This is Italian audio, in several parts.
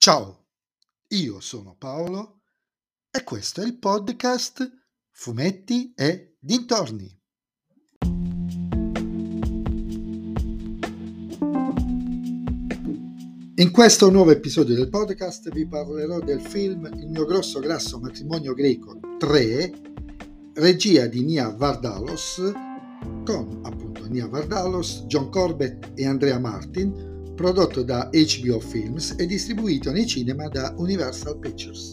Ciao, io sono Paolo e questo è il podcast Fumetti e Dintorni. In questo nuovo episodio del podcast vi parlerò del film Il mio grosso grasso matrimonio greco 3, regia di Nia Vardalos, con appunto Nia Vardalos, John Corbett e Andrea Martin, prodotto da HBO Films e distribuito nei cinema da Universal Pictures.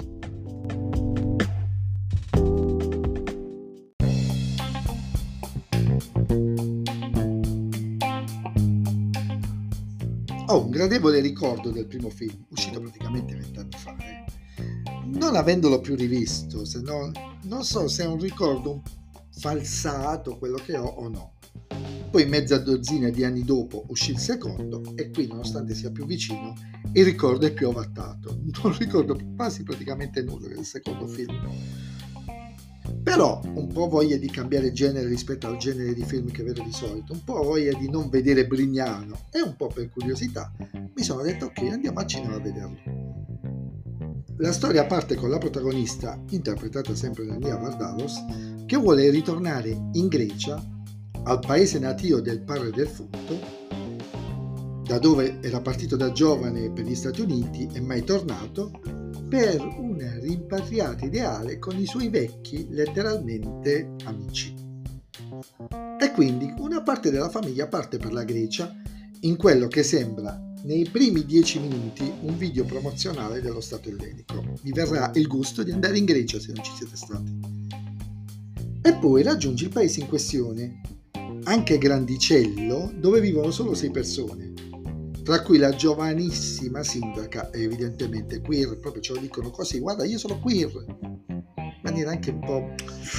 Ho un gradevole ricordo del primo film, uscito praticamente 20 anni fa. Non avendolo più rivisto, se no, non so se è un ricordo falsato quello che ho o no. Poi mezza dozzina di anni dopo uscì il secondo e qui, nonostante sia più vicino, il ricordo è più ovattato. Non ricordo quasi praticamente nulla del secondo film. Però un po' voglia di cambiare genere rispetto al genere di film che vedo di solito, un po' voglia di non vedere Brignano e un po' per curiosità mi sono detto ok, andiamo al cinema a vederlo. La storia parte con la protagonista, interpretata sempre da Nia Vardalos, che vuole ritornare in Grecia, al paese natio del padre del defunto, da dove era partito da giovane per gli Stati Uniti e mai tornato, per una rimpatriata ideale con i suoi vecchi, letteralmente, amici. E quindi una parte della famiglia parte per la Grecia in quello che sembra, nei primi 10 minuti, un video promozionale dello Stato ellenico. Vi verrà il gusto di andare in Grecia se non ci siete stati. E poi raggiunge il paese in questione, anche grandicello, dove vivono solo 6 persone, tra cui la giovanissima sindaca, evidentemente queer, proprio ce lo dicono così, guarda io sono queer, in maniera anche un po'...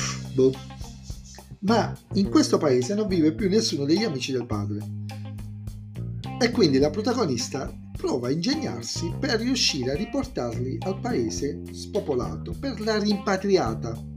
Ma in questo paese non vive più nessuno degli amici del padre. E quindi la protagonista prova a ingegnarsi per riuscire a riportarli al paese spopolato, per la rimpatriata.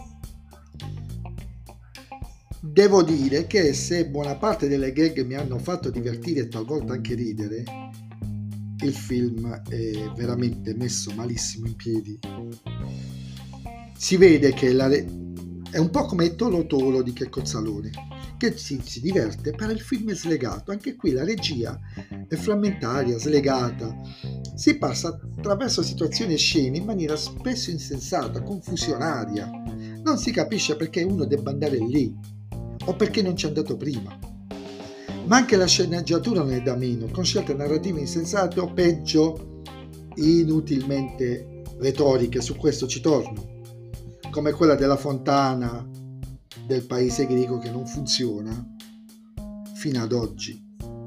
Devo dire che se buona parte delle gag mi hanno fatto divertire e talvolta anche ridere, il film è veramente messo malissimo in piedi. Si vede che è un po' come Tolo Tolo di Checco Zalone, che si diverte, però il film è slegato. Anche qui la regia è frammentaria, slegata. Si passa attraverso situazioni e scene in maniera spesso insensata, confusionaria. Non si capisce perché uno debba andare lì o perché non ci è andato prima. Ma anche la sceneggiatura non è da meno, con scelte narrative insensate o peggio inutilmente retoriche, su questo ci torno, come quella della fontana del paese greco che non funziona fino ad oggi.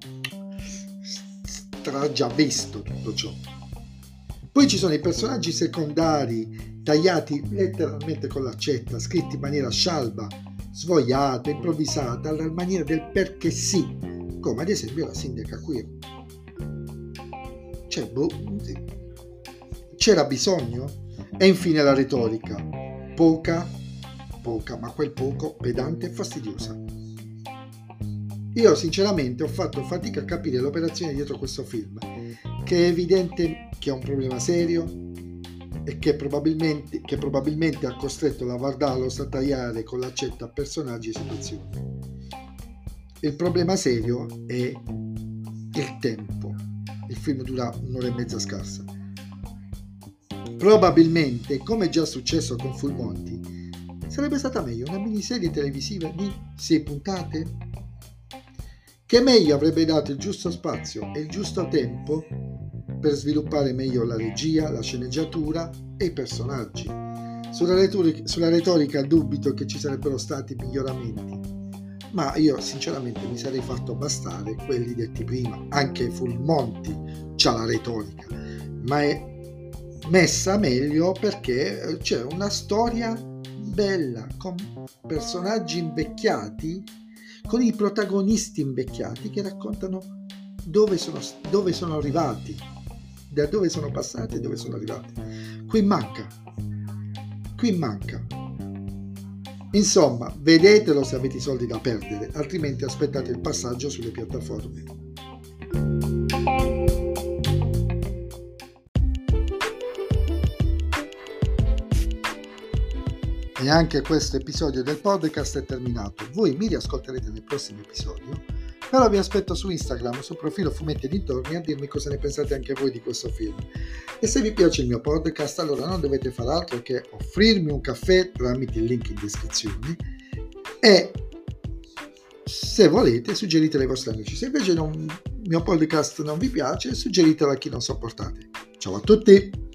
Già visto tutto ciò. Poi ci sono i personaggi secondari tagliati letteralmente con l'accetta, scritti in maniera scialba, svogliata, improvvisata, alla maniera del perché sì, come ad esempio la sindaca queer. C'era bisogno? E infine la retorica, poca, ma quel poco pedante e fastidiosa. Io sinceramente ho fatto fatica a capire l'operazione dietro questo film, che è evidente che ha un problema serio e che probabilmente ha costretto la Vardalos a tagliare con l'accetta personaggi e situazioni. Il problema serio è il tempo. Il film dura 1 ora e mezza scarsa. Probabilmente, come già successo con Full Monty, sarebbe stata meglio una miniserie televisiva di 6 puntate, che meglio avrebbe dato il giusto spazio e il giusto tempo per sviluppare meglio la regia, la sceneggiatura e i personaggi. Sulla retorica dubito che ci sarebbero stati miglioramenti, ma io sinceramente mi sarei fatto bastare quelli detti prima. Anche Full Monty c'ha la retorica, ma è messa meglio perché c'è una storia bella, con personaggi invecchiati, con i protagonisti invecchiati che raccontano dove sono arrivati, da dove sono passati e dove sono arrivati. Qui manca. Insomma, vedetelo se avete i soldi da perdere, altrimenti aspettate il passaggio sulle piattaforme. E anche questo episodio del podcast è terminato. Voi mi riascolterete nel prossimo episodio, però vi aspetto su Instagram, sul profilo Fumetti e Dintorni, a dirmi cosa ne pensate anche voi di questo film. E se vi piace il mio podcast, allora non dovete fare altro che offrirmi un caffè tramite il link in descrizione e, se volete, suggeritelo ai vostri amici. Se invece il mio podcast non vi piace, suggeritelo a chi non sopportate. Ciao a tutti!